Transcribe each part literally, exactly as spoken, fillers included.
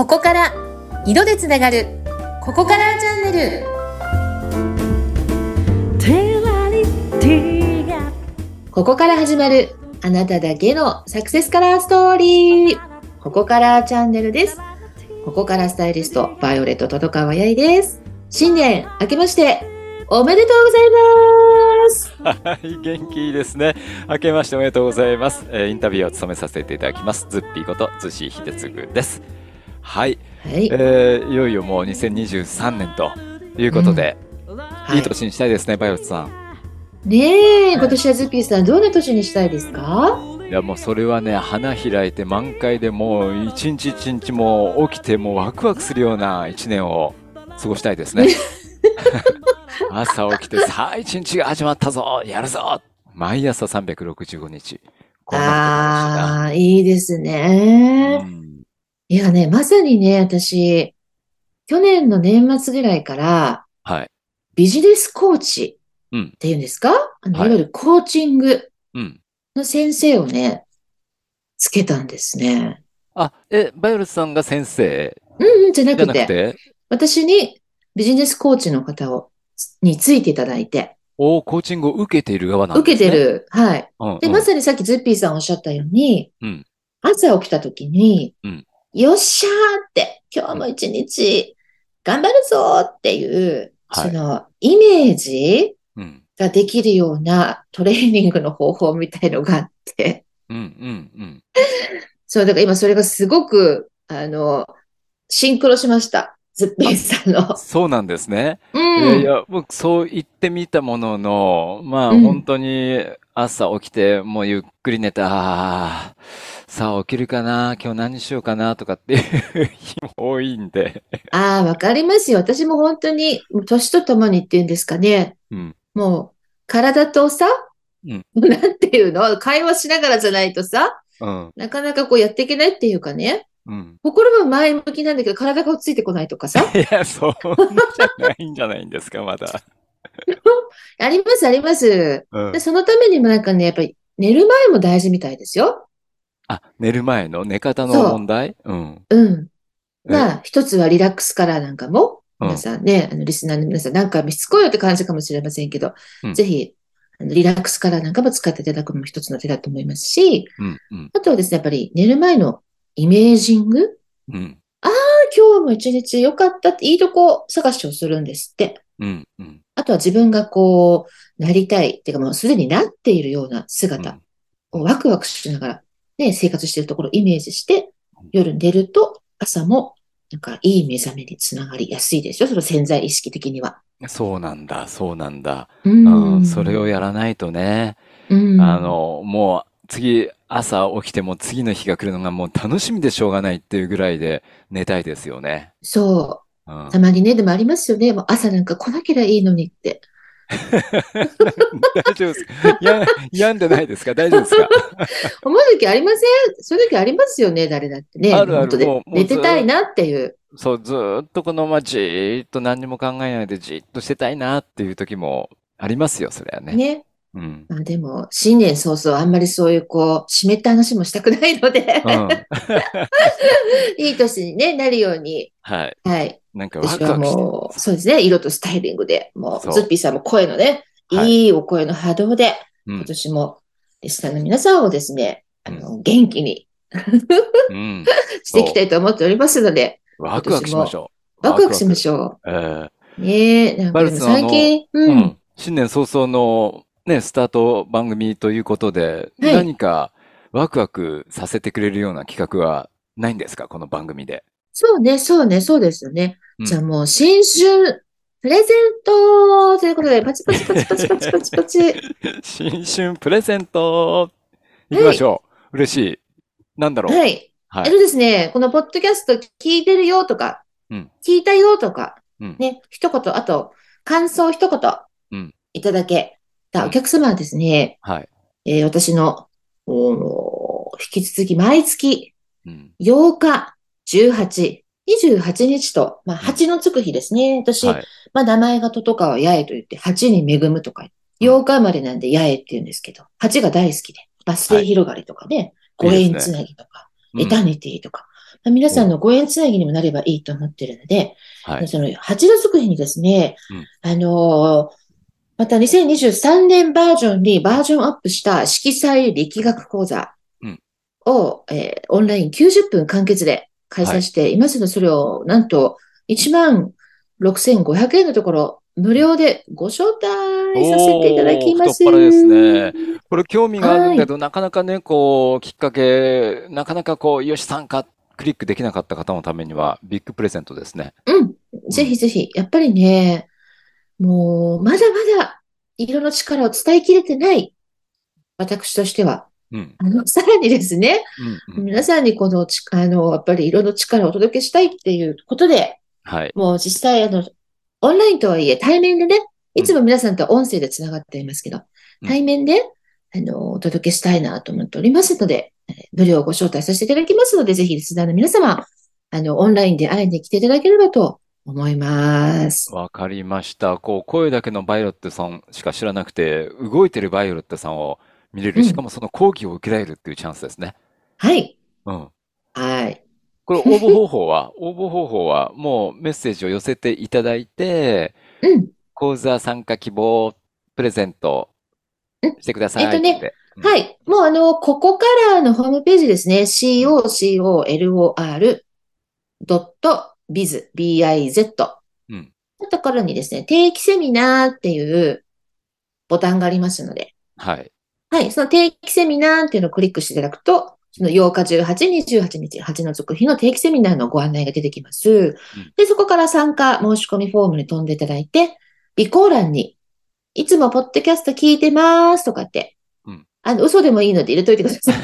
ここから色でつながるここからチャンネル。ここから始まるあなただけのサクセスカラーストーリー、ここからチャンネルです。ここからスタイリストバイオレット戸川やいです。新年明けましておめでとうございます。 はい、元気いいですね。明けましておめでとうございます。えー、インタビューを務めさせていただきますズッピーこと逗子秀次です。はい、はい、えー、いよいよもうにせんにじゅうさんねんということで、うんはい、いい年にしたいですね、バイオレットさん。 ねえ、今年はズッピーさんどんな年にしたいですか？ いやもうそれはね、花開いて満開でもう一日一日もう起きてもうワクワクするような一年を過ごしたいですね。朝起きてさあ一日が始まったぞ、やるぞ、毎朝さんびゃくろくじゅうごにちこうなってほしいな。 ああ、いいですね、うん。いやね、まさにね、私去年の年末ぐらいから、はい、ビジネスコーチっていうんですか、うん、あの、はい、いわゆるコーチングの先生をね、つけたんですね。 あ、え、バイオレットさんが先生？ うんうん、じゃなくて、なくて私にビジネスコーチの方を、についていただいて。 おコーチングを受けている側なんですね。 受けてる。はい。 うんうん、 で、まさにさっきズッピーさんおっしゃったように、うん、朝起きた時に、うん、よっしゃーって、今日も一日頑張るぞっていう、うん、そのイメージができるようなトレーニングの方法みたいのがあって、うんうんうん、そう、だから今それがすごく、あの、シンクロしました。ズッピーさんの。 そうなんですね。うん、いやいや、僕そう言ってみたものの、まあ、うん、本当に朝起きてもうゆっくり寝た、さあ起きるかな、今日何しようかなとかっていう日も多いんで。 ああ、わかりますよ。私も本当に年とともにっていうんですかね。うん、もう体とさ、うん、なんていうの、会話しながらじゃないとさ、うん、なかなかこうやっていけないっていうかね。うん、心も前向きなんだけど体が落ち着いてこないとかさ。 いや、そうじゃないんじゃないんですか、まだ。 あります、あります、うんで。そのためにもなんかね、やっぱり寝る前も大事みたいですよ。 あ、寝る前の寝方の問題？うん。 うん。まあ、一つはリラックスカラーなんかも、皆さんね、うん、あの、リスナーの皆さん何回もしつこいよって感じかもしれませんけど、うん、ぜひ、あのリラックスカラーなんかも使っていただくのも一つの手だと思いますし、うんうん、あとはですね、やっぱり寝る前のイメージング。うん、ああ、今日も一日良かったっていいとこ探しをするんですって。うんうん、あとは自分がこう、なりたい、っていうかもうすでになっているような姿をワクワクしながら、ね、生活しているところをイメージして、夜寝ると朝もなんかいい目覚めにつながりやすいですよ、その潜在意識的には。 そうなんだ、そうなんだ。うん、うん、それをやらないとね、うん、あの、もう次、朝起きても次の日が来るのがもう楽しみでしょうがないっていうぐらいで寝たいですよね。 そう。うん、たまにね、でもありますよね。もう朝なんか来なければいいのにって。 大丈夫ですか？や、病んでないですか？大丈夫ですか？ 思う時ありません？そういう時ありますよね、誰だってね。 あるある、もう寝てたいなっていう。 そう、ずっとこのままじーっと何にも考えないでじっとしてたいなっていう時もありますよ、それはね。 ね。うん。まあでも、新年早々あんまりそういうこう、湿った話もしたくないので、うん、いい年に、ね、なるように。はい。はい。なんかワクワクして。私はもう、そうですね、色とスタイリングで、もう、ズッピーさんも声のね、いいお声の波動で、はい、今年もリスナーの皆さんをですね、あの、元気に、うん、していきたいと思っておりますので、 ワクワクしましょう。ワクワクしましょう。えー、ねえ、なんかでも最近、 うん、うん、新年早々のね、スタート番組ということで、はい、何かワクワクさせてくれるような企画はないんですか、この番組で。 そうね、そうね、そうですよね。うん、じゃあもう新春プレゼントということで、パチパチパチパチパチパチパチ。 新春プレゼント行きましょう。はい、嬉しい。なんだろう。 はい。はい、えっとですね、このポッドキャスト聞いてるよとか、うん、聞いたよとか、うん、ね、一言、あと、感想一言、うん、いただけたお客様はですね、うん、はい、えー、私の、引き続き毎月、ようか、じゅうはち、にじゅうはちにちと、まあ、はちのつく日ですね。私、はい、まあ、名前がととかは八重と言って、はちに恵むとか、ようか生まれなんで八重って言うんですけど、はちが大好きで、バス停広がりとかね、ご縁つなぎとか、エタニティとか、 皆さんのご縁つなぎにもなればいいと思ってるので、 はい。 そのはちど作りにですね、 うん。 あのーまたにせんにじゅうさんねんバージョンにバージョンアップした色彩力学講座うん。 を、えーオンラインきゅうじゅっぷん完結で開はい。 催していますので、それをなんといちまんろくせんごひゃくえんのところ、無うん。 料でご招待させていただおー、 きます。 太っ腹ですね。これ興味があるんはい。 だけど、なかなかね、こう、きっかけ、なかなかこう、よし参加、クリックできなかった方のためには、ビッグプレゼントですね。 うん。 うん。 ぜひぜひ。やっぱりね、もう、まだまだ色の力を伝えきれてない私としては、 うん。 あの、さらにですね、 うん。うん。うん。 皆さんにこのち、あの、やっぱり色の力をお届けしたいっていうことで、 はい。 もう実際、あの、オンラインとはいえ、対面でね、 うん。 いつも皆さんと音声でつながっていますけど、 うん。 対面で、あの、お届けしたいなと思っておりますので、えー無料ご招待させていただきますので、ぜひリスナーの皆様、あの、オンラインで会いに来ていただければと思います。 わかりました。こう、声だけのバイオレットさんしか知らなくて、動いてるバイオレットさんを見れる。しかうん。 もその講義を受けられるっていうチャンスですね。 はい。 うん。 はい。 これ応募方法は、応募方法はもうメッセージを寄せていただいて、 うん。 講座参加希望プレゼントうん。 してくだえっとね、 さいって。うん。 はい。もうあの、ここからのホームページですね。 うん。 コcolor.biz、biz うん。 のところにですね、定期セミナーっていうボタンがありますので、 はい。 はい。その定期セミナーっていうのをクリックしていただくと、そのようか、じゅうはちにち、じゅうはちにち、はちのつく日の定期セミナーのご案内が出てきます。 うん。 で、そこから参加申し込みフォームに飛んでいただいて、備考欄に、いつもポッドキャスト聞いてますとかって、 うん。 あの、嘘でもいいので入れといてください。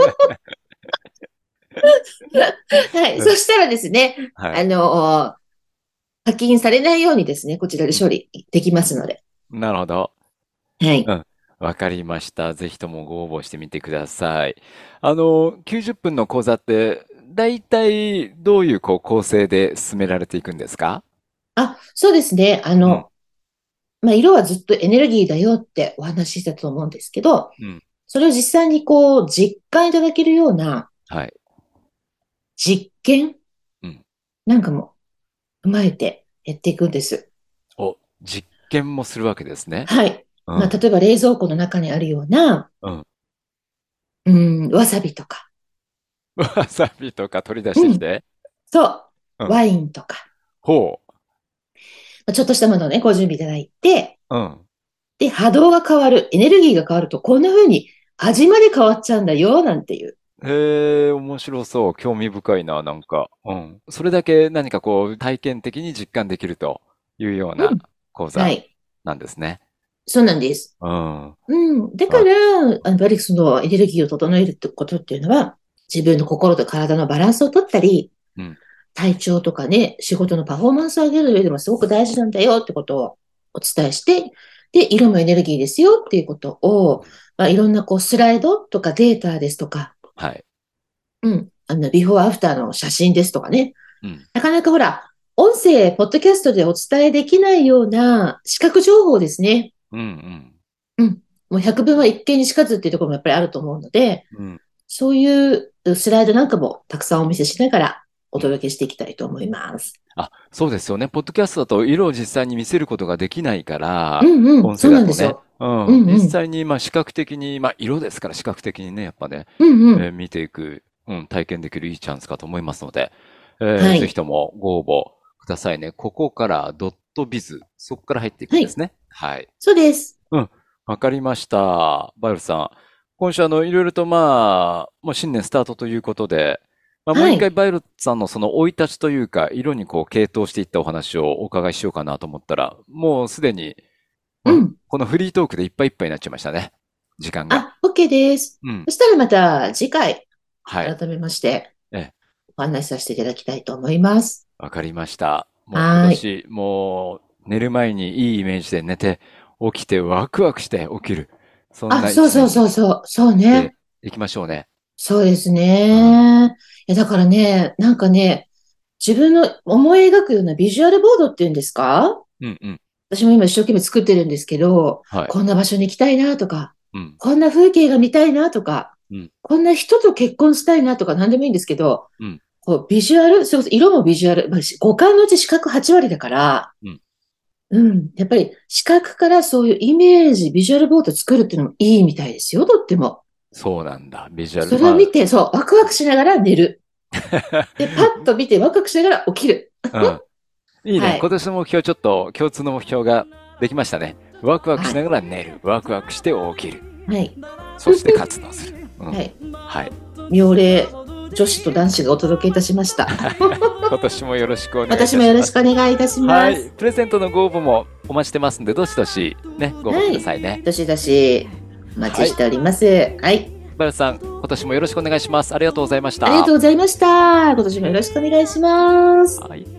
はい。そしたらですね、あはい。 の、課金されないようにですね、こちらでうん。 処理できますので。 なるほど。 はい。 うん。わかりました。ぜひともご応募してみてください。あの、きゅうじゅっぷんの講座って、だいたいどういうこう構成で進められていくんですか？ あ、そうですね。あうん。 の、まあ、色はずっとエネルギーだよってお話ししたと思うんですけど、 うん。 それを実際にこう、実感いただけるようなはい。 実験うん。 なんかも踏まえてやっていくんです。 お、実験もするわけですね。 はい。まあ、 うん。 例えば冷蔵庫の中にあるような、 うん。 うん、わさびとか、 わさびとか取り出しうん、 てきて。 そう、 うん。 ワインとか、 ほまあちょっとしたものをね、ご準備いただいて、 う。うん。 で、波動が変わる、エネルギーが変わると、こんな風に味まで変わっちゃうんだよ、なんていう。 へえ、面白そう。興味深いな、なんか。うん。それだけ何かこう、体験的に実感できるというようなうん。 講座はい。 なんですね。 そうなんです。 うん。 うん。だかわ、 ら、やっぱりそのエネルギーを整えるってことっていうのは、自分の心と体のバランスをとったり、 うん。 体調とかね、仕事のパフォーマンスを上げる上でもすごく大事なんだよってことをお伝えして、で、色もエネルギーですよっていうことを、まあ、いろんなこうスライドとかデータですとか、 はい。 うん、あの、ビフォーアフターの写真ですとかね、 うん。 なかなかほら、音声、ポッドキャストでお伝えできないような視覚情報ですね。 うん。 うん。もう百聞は一見にしかずっていうところもやっぱりあると思うので、 うん。うん。 そういうスライドなんかもたくさんお見せしながらおうん。 届けしていきたいと思います。 あ、そうですよね。ポッドキャストだと色を実際に見せることができないかうら、 んうん、 音そう声だとね。 なんですよ。 うん。実うんうん、 際に、まあ、視覚的に、まあ、色ですから視覚的にね、やっぱね、 うんうん。 えー見ていく、うん、体験できるいいチャンスかと思いますので、えーぜひはい。 ともご応募くださいね。ここからドットビズ、そこから入っていくはい。 んですね。はい。 そうです。 うん。わかりました。バイルさん。今週あの、いろいろとまあ、もう新年スタートということで、まあ、もうはい。 一回バイルさんのその生い立ちというか、色にこう、傾倒していったお話をお伺いしようかなと思ったら、もうすでに、うん、 うん。 このフリートークでいっぱいいっぱいになっちゃいましたね。時間が。 あ、OK です。 うん。 そしたらまた次回、 はい。 改めまして、 え、 お話しさせていただきたいと思います。 わかりました。もう今はい。 年、もう寝る前にいいイメージで寝て、起きてワクワクして起きる。そんあ、 なそうそう一年にそうそう。そうしてね。 いきましょうね。 そうですうん。 ね。いや、だからね、なんかね、自分の思い描くようなビジュアルボードっていうんですか？ うんうん。 私も今一生懸命作ってるんですけど、 はい。 こんな場所に行きたいなとか、 うん。 こんな風景が見たいなとか、 うん。 こんな人と結婚したいなとか何でもいいんですけど、 うん。 こうビジュアル、そう色もビジュアル、まあ、五感のうち視覚はち割だから、うん。うん。やっぱり視覚からそういうイメージ、ビジュアルボード作るっていうのもいいみたいですよ、とっても。 そうなんだ。ビジュアル。 それを見て、そう、ワクワクしながら寝る。で、パッと見てワクワクしながら起きる。 うん。いいね。はい、今年の目標、ちょっと共通の目標ができましたね。ワクワクしながら寝る。はい、ワクワクして起きる。はい。そして活動する。うん、はい。はい。 妙齢女子と男子がお届けいたしました。 今年もよろしくお願いいたします。 私もよろしくお願いいたします。はい。 プレゼントのご応募もお待ちしてますんで、どしどしね、ご応募くださいね。はい、 どしどしお待ちしております。はい。はい、 バルさん、今年もよろしくお願いします。ありがとうございました。 ありがとうございました。今年もよろしくお願いします。はい。